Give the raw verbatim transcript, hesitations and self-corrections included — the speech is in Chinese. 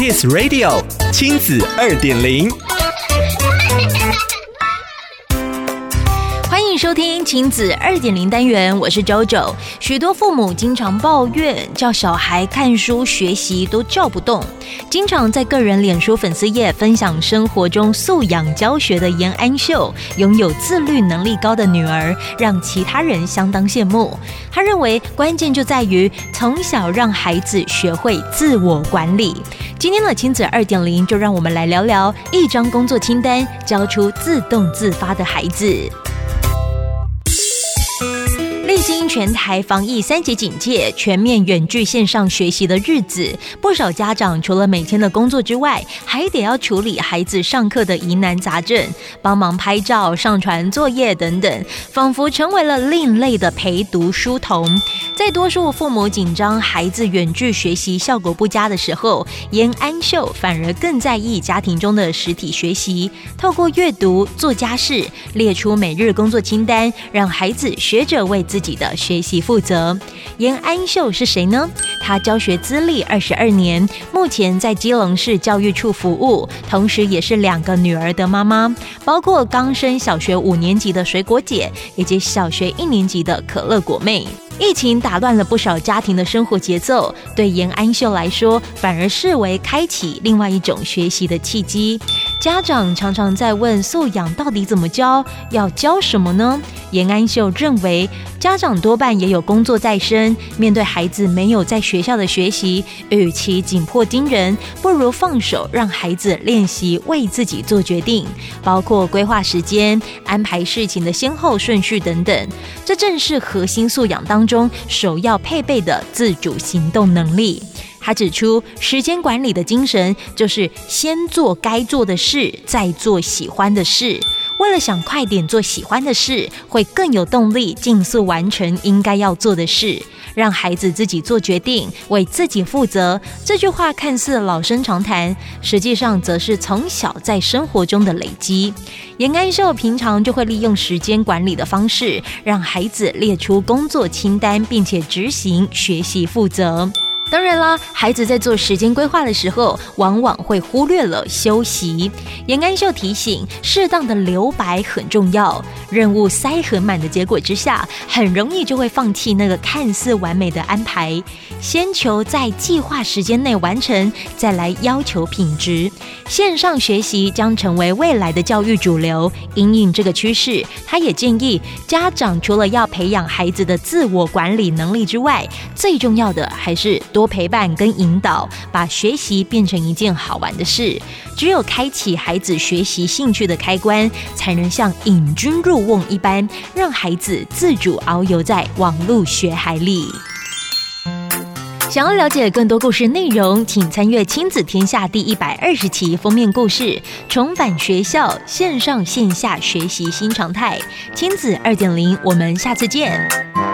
Kiss Radio 亲子二点零。 欢迎收听亲子二点零单元，我是周周。许多父母经常抱怨叫小孩看书学习都叫不动，经常在个人脸书粉丝页分享生活中素养教学的颜安秀，拥有自律能力高的女儿，让其他人相当羡慕。他认为关键就在于从小让孩子学会自我管理。今天的亲子二点零，就让我们来聊聊一张工作清单，教出自动自发的孩子。历经全台防疫三级警戒，全面远距线上学习的日子，不少家长除了每天的工作之外，还得要处理孩子上课的疑难杂症，帮忙拍照、上传作业等等，仿佛成为了另类的陪读书童。在多数父母紧张孩子远距学习效果不佳的时候，颜安秀反而更在意家庭中的实体学习，透过阅读、做家事，列出每日工作清单，让孩子学着为自己的学习负责。颜安秀是谁呢？她教学资历二十二年，目前在基隆市教育处服务，同时也是两个女儿的妈妈，包括刚升小学五年级的水果姐，以及小学一年级的可乐果妹。疫情打乱了不少家庭的生活节奏，对颜安秀来说，反而视为开启另外一种学习的契机。家长常常在问素养到底怎么教，要教什么呢？颜安秀认为，家长多半也有工作在身，面对孩子没有在学校的学习，与其紧迫盯人，不如放手让孩子练习为自己做决定，包括规划时间、安排事情的先后顺序等等。这正是核心素养当中首要配备的自主行动能力。他指出，时间管理的精神就是先做该做的事，再做喜欢的事。为了想快点做喜欢的事，会更有动力尽速完成应该要做的事，让孩子自己做决定，为自己负责。这句话看似老生常谈，实际上则是从小在生活中的累积。颜安秀平常就会利用时间管理的方式，让孩子列出工作清单，并且执行学习负责。当然啦，孩子在做时间规划的时候，往往会忽略了休息。颜安秀提醒，适当的留白很重要。任务塞很满的结果之下，很容易就会放弃那个看似完美的安排。先求在计划时间内完成，再来要求品质。线上学习将成为未来的教育主流，因应这个趋势，他也建议家长除了要培养孩子的自我管理能力之外，最重要的还是多多陪伴跟引导，把学习变成一件好玩的事。只有开启孩子学习兴趣的开关，才能像引君入瓮一般，让孩子自主遨游在网络学海里。想要了解更多故事内容，请参阅《亲子天下》第一百二十期封面故事，重返学校，线上线下学习新常态。亲子二点零，我们下次见。